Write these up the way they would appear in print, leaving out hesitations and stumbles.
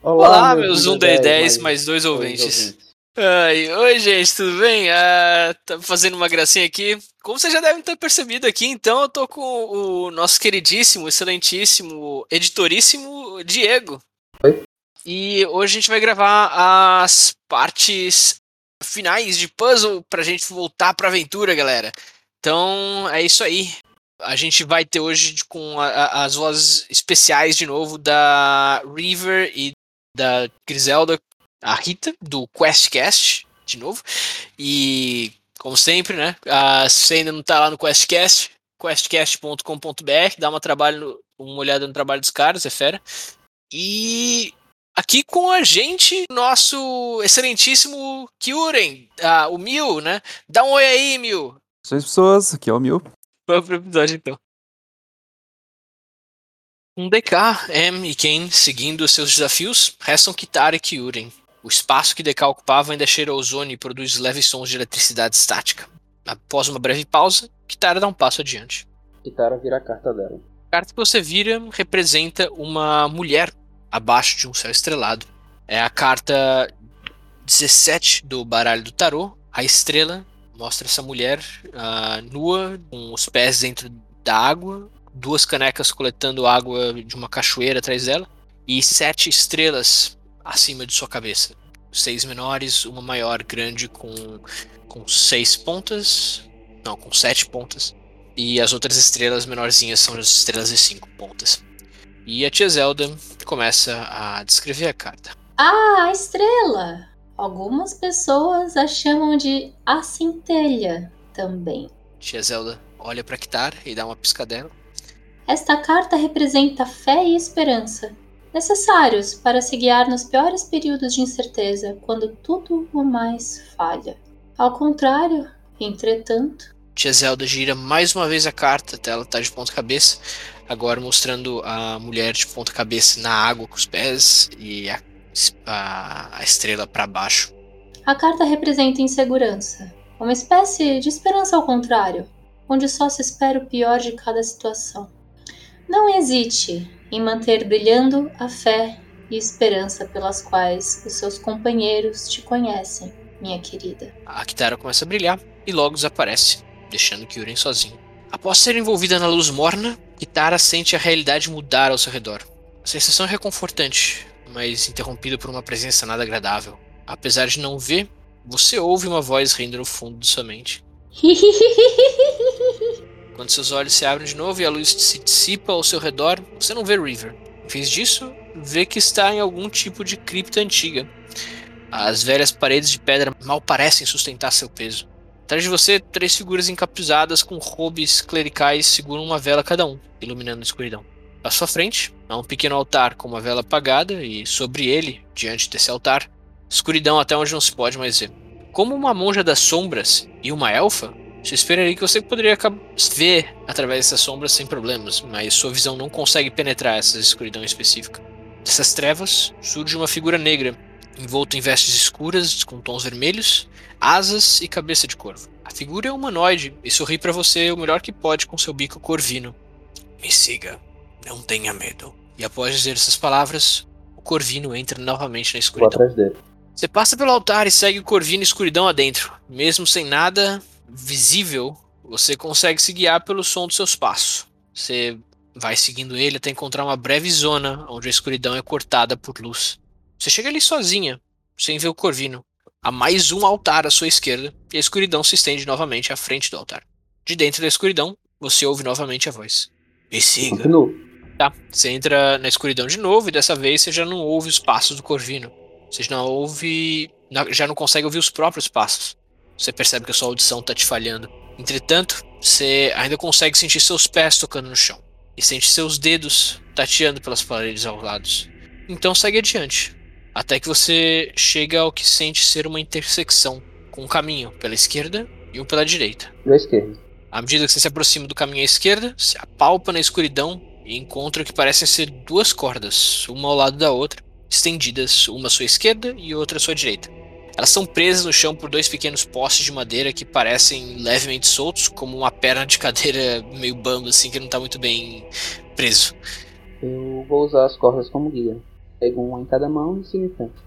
Olá, meus 1D10 mais 2 ouvintes. ouvintes. Oi, gente, tudo bem? Tá fazendo uma gracinha aqui. Como vocês já devem ter percebido aqui, então eu tô com o nosso queridíssimo, excelentíssimo, editoríssimo Diego. Oi? E hoje a gente vai gravar as partes finais de puzzle pra gente voltar pra aventura, galera. Então é isso aí. A gente vai ter hoje com as vozes especiais de novo da River e da Griselda, a Rita, do QuestCast, de novo. E, como sempre, né? Se você ainda não tá lá no QuestCast, questcast.com.br, dá uma olhada no trabalho dos caras, é fera. E aqui com a gente, nosso excelentíssimo Kyuren, o Mil, né? Dá um oi aí, Mil. 6 pessoas, aqui é o Mil. Vamos pro episódio, então. Um DK, M e Ken, seguindo seus desafios, restam Kitara e Kyuren. O espaço que DK ocupava ainda cheira a ozônio e produz leves sons de eletricidade estática. Após uma breve pausa, Kitara dá um passo adiante. Kitara vira a carta dela. A carta que você vira representa uma mulher abaixo de um céu estrelado. É a carta 17 do baralho do tarô. A estrela mostra essa mulher nua, com os pés dentro da água, 2 canecas coletando água de uma cachoeira atrás dela, e 7 estrelas acima de sua cabeça. 6 menores, uma maior, grande, com 6 pontas. Não, com 7 pontas. E as outras estrelas menorzinhas são as estrelas de 5 pontas. E a tia Zelda começa a descrever a carta. A estrela! Algumas pessoas a chamam de a centelha também. Tia Zelda olha para Kitara e dá uma piscadela. Esta carta representa fé e esperança, necessários para se guiar nos piores períodos de incerteza, quando tudo o mais falha. Ao contrário, entretanto... Tia Zelda gira mais uma vez a carta até ela estar de ponta cabeça, agora mostrando a mulher de ponta cabeça na água com os pés e a estrela para baixo. A carta representa insegurança, uma espécie de esperança ao contrário, onde só se espera o pior de cada situação. Não hesite em manter brilhando a fé e esperança pelas quais os seus companheiros te conhecem, minha querida. A Kitara começa a brilhar e logo desaparece, deixando Kyuren sozinho. Após ser envolvida na luz morna, Kitara sente a realidade mudar ao seu redor. A sensação é reconfortante, mas interrompida por uma presença nada agradável. Apesar de não ver, você ouve uma voz rindo no fundo de sua mente. Quando seus olhos se abrem de novo e a luz se dissipa ao seu redor, você não vê River. Em vez disso, vê que está em algum tipo de cripta antiga. As velhas paredes de pedra mal parecem sustentar seu peso. Atrás de você, 3 figuras encapuzadas com robes clericais seguram uma vela cada um, iluminando a escuridão. À sua frente, há um pequeno altar com uma vela apagada e, sobre ele, diante desse altar, escuridão até onde não se pode mais ver. Como uma monja das sombras e uma elfa, você esperaria que você poderia ver através dessas sombras sem problemas, mas sua visão não consegue penetrar essa escuridão específica. Dessas trevas, surge uma figura negra, envolta em vestes escuras com tons vermelhos, asas e cabeça de corvo. A figura é humanoide e sorri para você o melhor que pode com seu bico corvino. Me siga, não tenha medo. E após dizer essas palavras, o corvino entra novamente na escuridão. Vou atrás dele. Você passa pelo altar e segue o corvino escuridão adentro. Mesmo sem nada visível, você consegue se guiar pelo som dos seus passos. Você vai seguindo ele até encontrar uma breve zona onde a escuridão é cortada por luz. Você chega ali sozinha, sem ver o corvino. Há mais um altar à sua esquerda e a escuridão se estende novamente à frente do altar. De dentro da escuridão, você ouve novamente a voz. Me siga. Continua. Tá, você entra na escuridão de novo e dessa vez você já não ouve os passos do corvino. Você já não consegue ouvir os próprios passos. Você percebe que a sua audição está te falhando. Entretanto, você ainda consegue sentir seus pés tocando no chão. E sente seus dedos tateando pelas paredes aos lados. Então segue adiante. Até que você chega ao que sente ser uma intersecção. Com um caminho pela esquerda e um pela direita. Da esquerda. À medida que você se aproxima do caminho à esquerda, se apalpa na escuridão e encontra o que parecem ser 2 cordas, uma ao lado da outra, estendidas, uma à sua esquerda e outra à sua direita. Elas são presas no chão por 2 pequenos postes de madeira que parecem levemente soltos, como uma perna de cadeira meio bamba, assim, que não está muito bem preso. Eu vou usar as cordas como guia. Pego uma em cada mão e sigo em frente.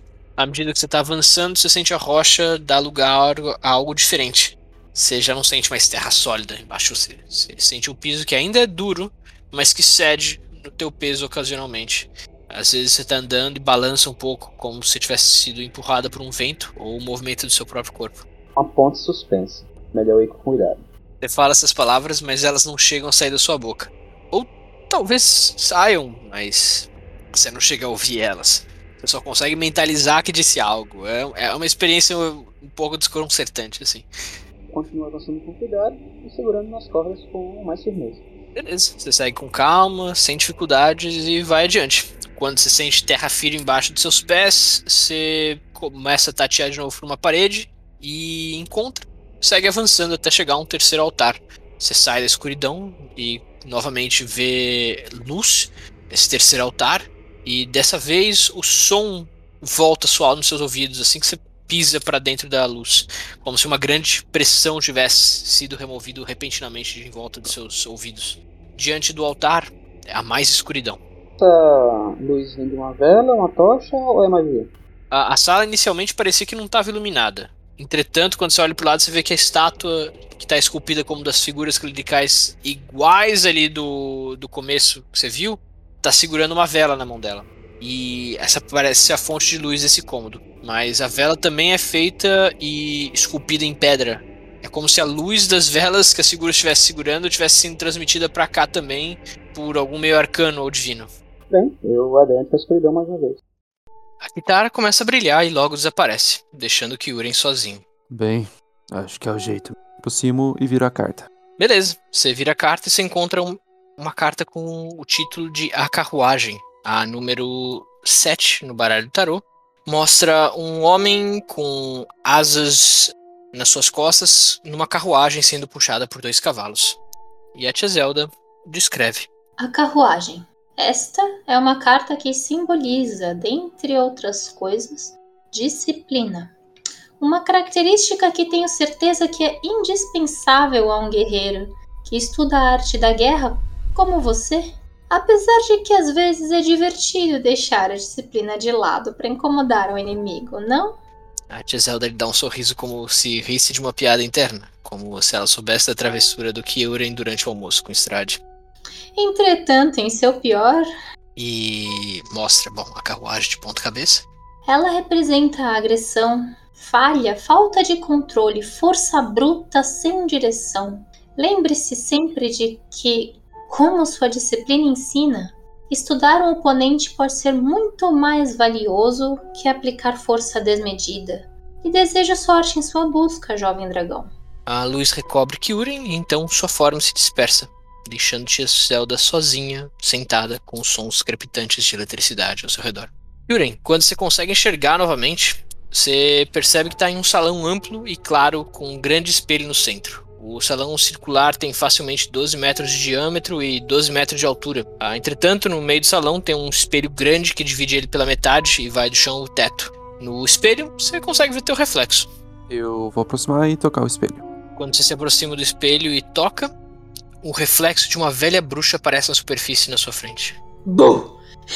À medida que você está avançando, você sente a rocha dar lugar a algo diferente. Você já não sente mais terra sólida embaixo de você. Você sente um piso que ainda é duro, mas que cede no teu peso ocasionalmente. Às vezes você está andando e balança um pouco, como se tivesse sido empurrada por um vento ou o movimento do seu próprio corpo. Uma ponte suspensa. Melhor ir com cuidado. Você fala essas palavras, mas elas não chegam a sair da sua boca. Ou talvez saiam, mas você não chega a ouvir elas. Você só consegue mentalizar que disse algo. É uma experiência um pouco desconcertante, assim. Continuo avançando com cuidado e segurando nas cordas com mais firmeza. Beleza, você segue com calma, sem dificuldades e vai adiante. Quando você sente terra firme embaixo dos seus pés, você começa a tatear de novo por uma parede e encontra. Segue avançando até chegar a um terceiro altar. Você sai da escuridão e novamente vê luz nesse terceiro altar. E dessa vez o som volta a soar nos seus ouvidos assim que você pisa para dentro da luz. Como se uma grande pressão tivesse sido removido repentinamente de volta dos seus ouvidos. Diante do altar, há mais escuridão. Essa luz vem de uma vela, uma tocha ou é magia? A sala inicialmente parecia que não estava iluminada. Entretanto, quando você olha para o lado, você vê que a estátua que está esculpida como das figuras clericais iguais ali do começo que você viu, está segurando uma vela na mão dela. E essa parece ser a fonte de luz desse cômodo. Mas a vela também é feita e esculpida em pedra. É como se a luz das velas que a figura estivesse segurando tivesse sido transmitida para cá também por algum meio arcano ou divino. Bem, eu adentro a escuridão mais uma vez. A Kitara começa a brilhar e logo desaparece, deixando Kyuren sozinho. Bem, acho que é o jeito. Aproximo e viro a carta. Beleza, você vira a carta e você encontra uma carta com o título de A Carruagem, a número 7 no baralho do tarô. Mostra um homem com asas nas suas costas, numa carruagem sendo puxada por 2 cavalos. E a tia Zelda descreve. A carruagem. Esta é uma carta que simboliza, dentre outras coisas, disciplina. Uma característica que tenho certeza que é indispensável a um guerreiro que estuda a arte da guerra como você. Apesar de que às vezes é divertido deixar a disciplina de lado para incomodar o inimigo, não? A tia Zelda lhe dá um sorriso como se risse de uma piada interna, como se ela soubesse da travessura do Kyuren durante o almoço com Strade. Entretanto, em seu pior... E mostra, a carruagem de ponta cabeça. Ela representa a agressão, falha, falta de controle, força bruta sem direção. Lembre-se sempre de que, como sua disciplina ensina, estudar um oponente pode ser muito mais valioso que aplicar força desmedida. E desejo sorte em sua busca, jovem dragão. A luz recobre Kyuren e então sua forma se dispersa, deixando tia Zelda sozinha, sentada com os sons crepitantes de eletricidade ao seu redor. Kyuren, quando você consegue enxergar novamente, você percebe que está em um salão amplo e claro com um grande espelho no centro. O salão circular tem facilmente 12 metros de diâmetro e 12 metros de altura. Entretanto, no meio do salão tem um espelho grande que divide ele pela metade e vai do chão ao teto. No espelho, você consegue ver teu reflexo. Eu vou aproximar e tocar o espelho. Quando você se aproxima do espelho e toca, o reflexo de uma velha bruxa aparece na superfície na sua frente. Bum!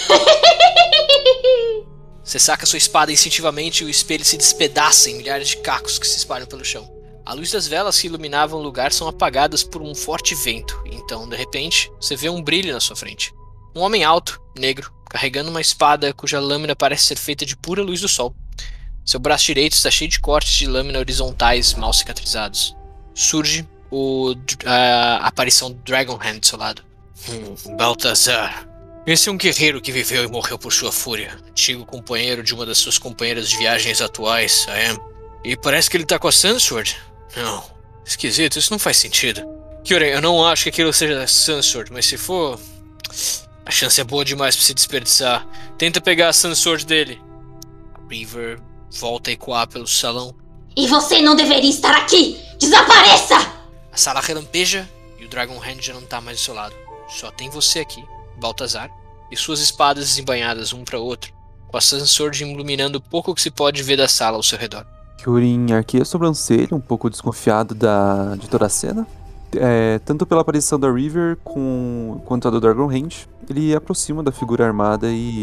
Você saca sua espada instintivamente e o espelho se despedaça em milhares de cacos que se espalham pelo chão. A luz das velas que iluminavam o lugar são apagadas por um forte vento, então, de repente, você vê um brilho na sua frente. Um homem alto, negro, carregando uma espada cuja lâmina parece ser feita de pura luz do sol. Seu braço direito está cheio de cortes de lâmina horizontais mal cicatrizados. Surge a aparição do Dragonhand do seu lado. Baltazar. Esse é um guerreiro que viveu e morreu por sua fúria. Antigo companheiro de uma das suas companheiras de viagens atuais, a Am. E parece que ele tá com a Sunsword. Não. Esquisito, isso não faz sentido. Kyuren, eu não acho que aquilo seja Sunsword, mas se for... a chance é boa demais pra se desperdiçar. Tenta pegar a Sunsword dele. River volta a ecoar pelo salão. E você não deveria estar aqui! Desapareça! A sala relampeja e o Dragonhand já não tá mais do seu lado. Só tem você aqui, Baltazar, e suas espadas desembainhadas um para outro, com a Sunsword iluminando o pouco que se pode ver da sala ao seu redor. Kyuren arqueia a sobrancelha, um pouco desconfiado de toda a cena. Tanto pela aparição da River quanto a do Dragonhand, ele aproxima da figura armada e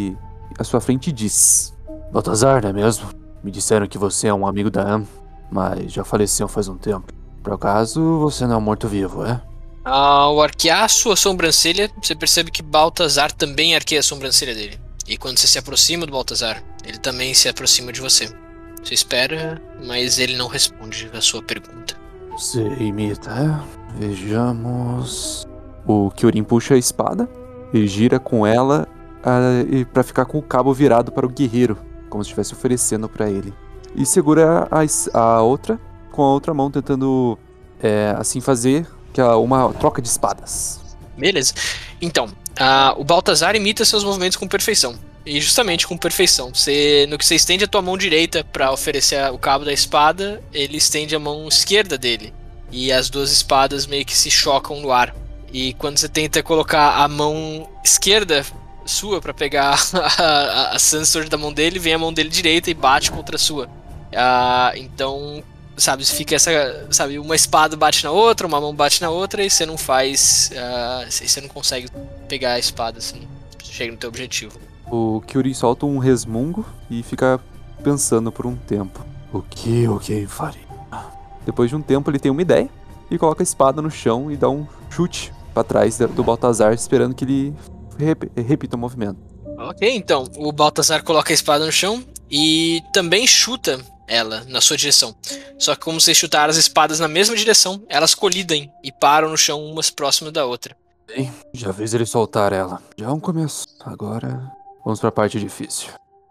à sua frente e diz: Baltazar, não é mesmo? Me disseram que você é um amigo da Anne, mas já faleceu faz um tempo. Por acaso, você não é um morto-vivo, é? Ao arquear sua sobrancelha, você percebe que Baltazar também arqueia a sobrancelha dele. E quando você se aproxima do Baltazar, ele também se aproxima de você. Você espera, mas ele não responde a sua pergunta. Você imita, é? Vejamos... O Kyurin puxa a espada e gira com ela pra ficar com o cabo virado para o guerreiro, como se estivesse oferecendo para ele. E segura a outra com a outra mão, tentando assim fazer uma troca de espadas. Beleza. Então, o Baltazar imita seus movimentos com perfeição. E justamente com perfeição. No que você estende a tua mão direita para oferecer o cabo da espada, ele estende a mão esquerda dele. E as duas espadas meio que se chocam no ar. E quando você tenta colocar a mão esquerda sua para pegar a Sunsword da mão dele, vem a mão dele direita e bate contra a sua. Então, sabe, fica uma espada bate na outra, uma mão bate na outra e você não faz... você não consegue pegar a espada, assim, chega no teu objetivo. O Kyurin solta um resmungo e fica pensando por um tempo. O que eu faria? Depois de um tempo ele tem uma ideia e coloca a espada no chão e dá um chute pra trás do Baltazar, esperando que ele repita o movimento. Ok, então o Baltazar coloca a espada no chão e também chuta ela na sua direção. Só que como vocês chutaram as espadas na mesma direção, elas colidem e param no chão umas próximas da outra. Bem, já fez ele soltar ela. Já é um começo. Agora vamos pra parte difícil.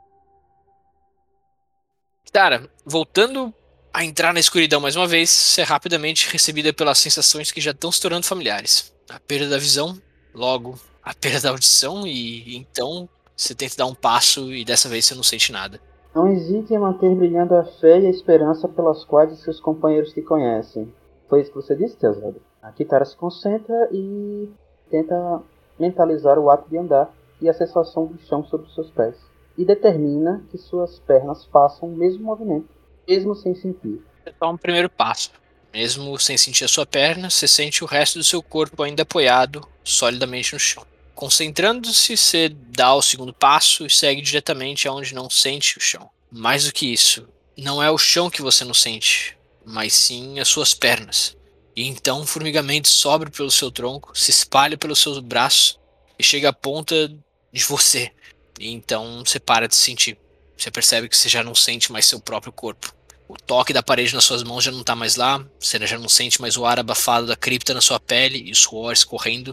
Cara, voltando a entrar na escuridão mais uma vez, você é rapidamente recebida pelas sensações que já estão se tornando familiares. A perda da visão, logo a perda da audição e então você tenta dar um passo e dessa vez você não sente nada. Não hesite em manter brilhando a fé e a esperança pelas quais seus companheiros te conhecem. Foi isso que você disse, Teosado? A Kitara se concentra e tenta mentalizar o ato de andar e a sensação do chão sobre os seus pés. E determina que suas pernas façam o mesmo movimento, mesmo sem sentir. Você toma um primeiro passo. Mesmo sem sentir a sua perna, você sente o resto do seu corpo ainda apoiado solidamente no chão. Concentrando-se, você dá o segundo passo e segue diretamente aonde não sente o chão. Mais do que isso, não é o chão que você não sente, mas sim as suas pernas. E então um formigamento sobe pelo seu tronco, se espalha pelos seus braços e chega à ponta de você. E então você para de sentir. Você percebe que você já não sente mais seu próprio corpo. O toque da parede nas suas mãos já não tá mais lá, você já não sente mais o ar abafado da cripta na sua pele e o suor escorrendo.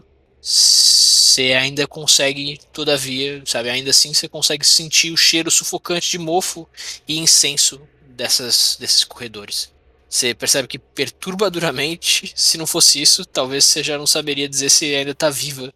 Você ainda consegue, todavia, sabe, ainda assim você consegue sentir o cheiro sufocante de mofo e incenso desses corredores. Você percebe que perturbadoramente, se não fosse isso, talvez você já não saberia dizer se ainda tá viva,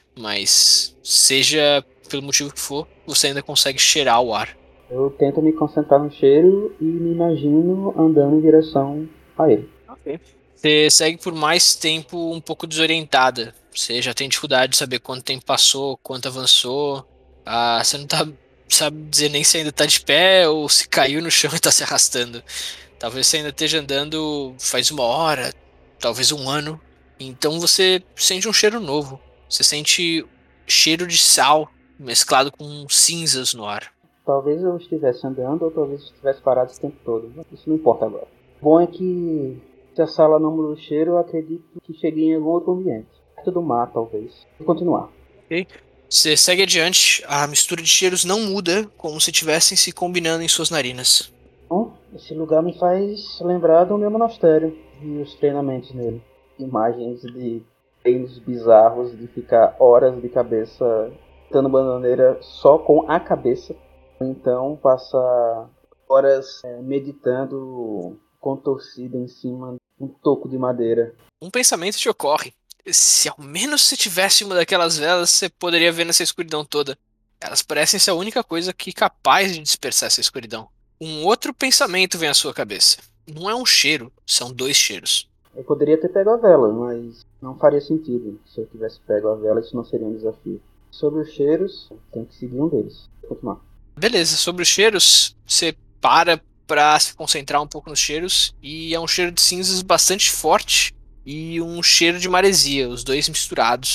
mas seja pelo motivo que for, você ainda consegue cheirar o ar. Eu tento me concentrar no cheiro e me imagino andando em direção a ele. Ok. Você segue por mais tempo um pouco desorientada. Você já tem dificuldade de saber quanto tempo passou, quanto avançou. Você não sabe dizer nem se ainda tá de pé ou se caiu no chão e tá se arrastando. Talvez você ainda esteja andando faz 1 hora, talvez 1 ano. Então você sente um cheiro novo. Você sente cheiro de sal mesclado com cinzas no ar. Talvez eu estivesse andando ou talvez eu estivesse parado esse tempo todo. Isso não importa agora. O bom é que se a sala não mudou o cheiro, eu acredito que cheguei em algum outro ambiente. Perto do mar, talvez. Vou continuar. Ok. Você segue adiante. A mistura de cheiros não muda, como se estivessem se combinando em suas narinas. Bom, esse lugar me faz lembrar do meu monastério e os treinamentos nele. Imagens de treinos bizarros de ficar horas de cabeça dando bananeira só com a cabeça. Então passa horas meditando contorcida em cima de um toco de madeira. Um pensamento te ocorre. Se ao menos você tivesse uma daquelas velas, você poderia ver nessa escuridão toda. Elas parecem ser a única coisa que é capaz de dispersar essa escuridão. Um outro pensamento vem à sua cabeça. Não é um cheiro, são 2 cheiros. Eu poderia ter pego a vela, mas não faria sentido. Se eu tivesse pego a vela, isso não seria um desafio. Sobre os cheiros, tenho que seguir um deles. Vou continuar. Beleza, sobre os cheiros, você para pra se concentrar um pouco nos cheiros e é um cheiro de cinzas bastante forte e um cheiro de maresia, os dois misturados.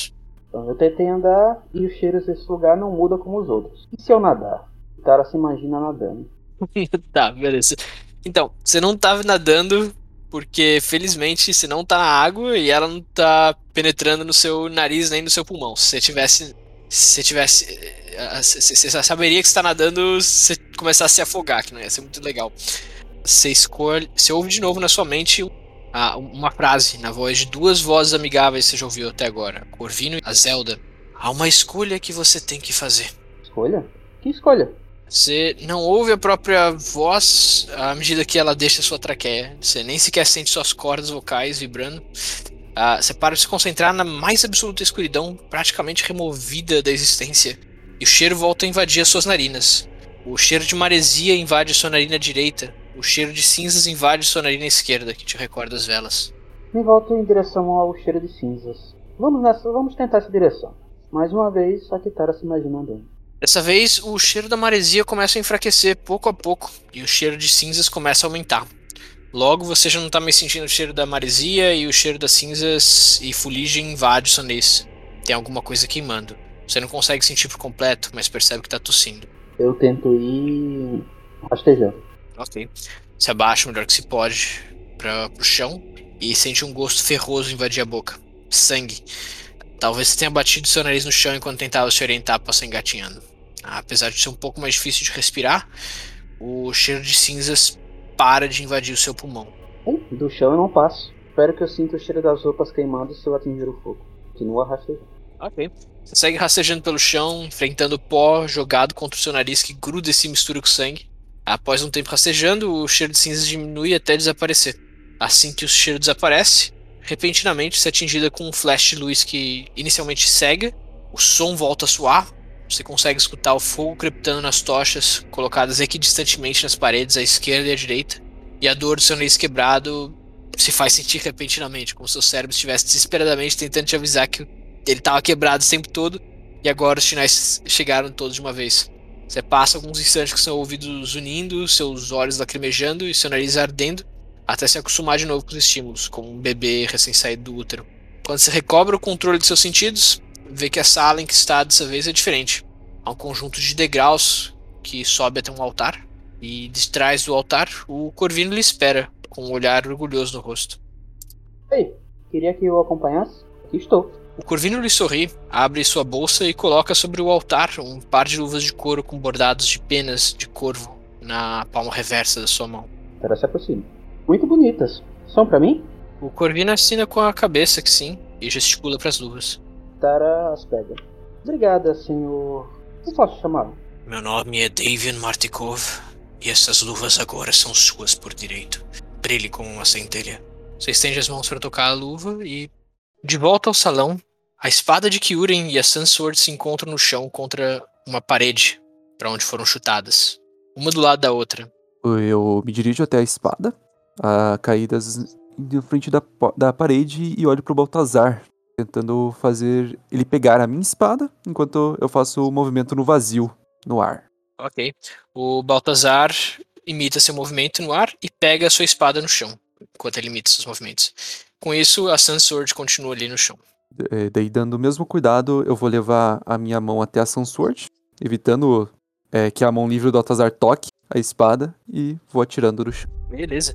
Então, eu tentei andar e os cheiros desse lugar não mudam como os outros. E se eu nadar? O cara se imagina nadando. Tá, beleza. Então, você não tá nadando porque, felizmente, você não tá na água e ela não tá penetrando no seu nariz nem no seu pulmão. Se você tivesse, você saberia que você tá nadando se você começar a se afogar, que não ia ser muito legal. Você ouve de novo na sua mente uma frase na voz de duas vozes amigáveis que você já ouviu até agora, a Corvino e a Zelda. Há uma escolha que você tem que fazer. Escolha? Que escolha? Você não ouve a própria voz à medida que ela deixa a sua traqueia. Você nem sequer sente suas cordas vocais vibrando. Você para de se concentrar na mais absoluta escuridão, praticamente removida da existência. E o cheiro volta a invadir as suas narinas. O cheiro de maresia invade sua narina direita. O cheiro de cinzas invade sua narina esquerda, que te recorda as velas. Me volto em direção ao cheiro de cinzas. Vamos tentar essa direção. Mais uma vez, a Kitara se imagina andando. Dessa vez, o cheiro da maresia começa a enfraquecer pouco a pouco, e o cheiro de cinzas começa a aumentar. Logo, você já não está mais sentindo o cheiro da maresia, e o cheiro das cinzas e fuligem invade sua nariz. Tem alguma coisa queimando. Você não consegue sentir por completo, mas percebe que está tossindo. Eu tento ir rastejando. Ok. Se abaixa o melhor que se pode pro chão e sente um gosto ferroso invadir a boca. Sangue. Talvez você tenha batido seu nariz no chão enquanto tentava se orientar para sair engatinhando. Apesar de ser um pouco mais difícil de respirar, o cheiro de cinzas para de invadir o seu pulmão. Do chão eu não passo. Espero que eu sinta o cheiro das roupas queimando se eu atingir o fogo. Continua rastejando. Ok. Você segue rastejando pelo chão, enfrentando o pó jogado contra o seu nariz que gruda e se mistura com o sangue. Após um tempo rastejando, o cheiro de cinzas diminui até desaparecer. Assim que o cheiro desaparece, repentinamente você é atingida com um flash de luz que inicialmente cega, o som volta a soar, você consegue escutar o fogo crepitando nas tochas colocadas equidistantemente nas paredes à esquerda e à direita, e a dor do seu nariz quebrado se faz sentir repentinamente, como se seu cérebro estivesse desesperadamente tentando te avisar que ele estava quebrado o tempo todo, e agora os sinais chegaram todos de uma vez. Você passa alguns instantes com seus ouvidos unindo, seus olhos lacrimejando e seu nariz ardendo, até se acostumar de novo com os estímulos, como um bebê recém-saído do útero. Quando você recobra o controle de seus sentidos, vê que a sala em que está dessa vez é diferente. Há um conjunto de degraus que sobe até um altar, e de trás do altar, o Corvino lhe espera, com um olhar orgulhoso no rosto. Ei, queria que eu acompanhasse? Aqui estou. O Corvino lhe sorri, abre sua bolsa e coloca sobre o altar um par de luvas de couro com bordados de penas de corvo na palma reversa da sua mão. Tara se aproxima. Muito bonitas. São pra mim? O Corvino assina com a cabeça que sim, e gesticula para as luvas. Tara as pega. Obrigada, senhor. Como posso chamá-lo? Meu nome é Davian Martikov, e essas luvas agora são suas por direito. Brilhe como uma centelha. Você estende as mãos para tocar a luva e, de volta ao salão, a espada de Kyuren e a Sunsword se encontram no chão contra uma parede, para onde foram chutadas, uma do lado da outra. Eu me dirijo até a espada, caídas na frente da parede, e olho pro Baltazar, tentando fazer ele pegar a minha espada, enquanto eu faço o movimento no vazio, no ar. Ok. O Baltazar imita seu movimento no ar e pega a sua espada no chão, enquanto ele imita seus movimentos. Com isso, a Sunsword continua ali no chão. Daí, dando o mesmo cuidado, eu vou levar a minha mão até a Sunsword, evitando que a mão livre do Baltazar toque a espada, e vou atirando no chão. Beleza.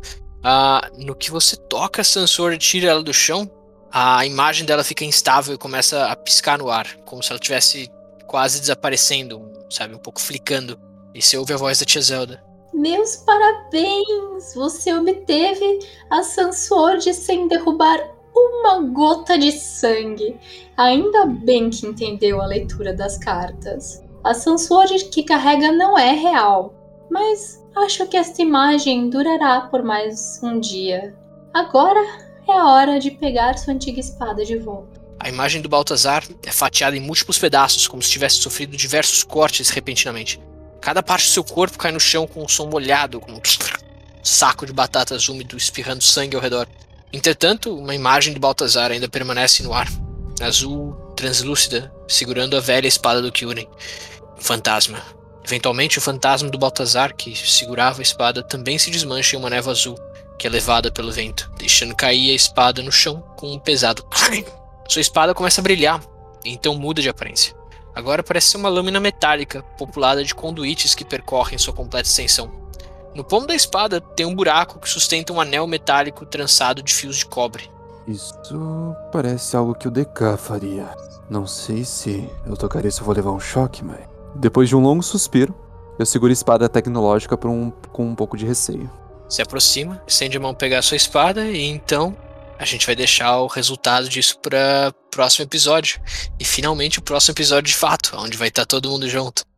No que você toca a Sunsword e tira ela do chão, a imagem dela fica instável e começa a piscar no ar, como se ela estivesse quase desaparecendo, sabe, um pouco flicando. E você ouve a voz da tia Zelda. Meus parabéns! Você obteve a Sunsword sem derrubar uma gota de sangue. Ainda bem que entendeu a leitura das cartas. A Sunsword que carrega não é real, mas acho que esta imagem durará por mais um dia. Agora é a hora de pegar sua antiga espada de volta. A imagem do Baltazar é fatiada em múltiplos pedaços, como se tivesse sofrido diversos cortes repentinamente. Cada parte do seu corpo cai no chão com um som molhado, como um saco de batatas úmido espirrando sangue ao redor. Entretanto, uma imagem do Baltazar ainda permanece no ar, azul, translúcida, segurando a velha espada do Kyuren. Um fantasma. Eventualmente, o fantasma do Baltazar, que segurava a espada, também se desmancha em uma névoa azul, que é levada pelo vento, deixando cair a espada no chão com um pesado clang. Sua espada começa a brilhar, então muda de aparência. Agora parece ser uma lâmina metálica, populada de conduítes que percorrem sua completa extensão. No pomo da espada tem um buraco que sustenta um anel metálico trançado de fios de cobre. Isso parece algo que o DK faria. Não sei se eu tocar isso eu vou levar um choque, mas... Depois de um longo suspiro, eu seguro a espada tecnológica com um pouco de receio. Se aproxima, estende a mão pegar a sua espada e então a gente vai deixar o resultado disso para próximo episódio. E finalmente o próximo episódio de fato, onde vai estar todo mundo junto.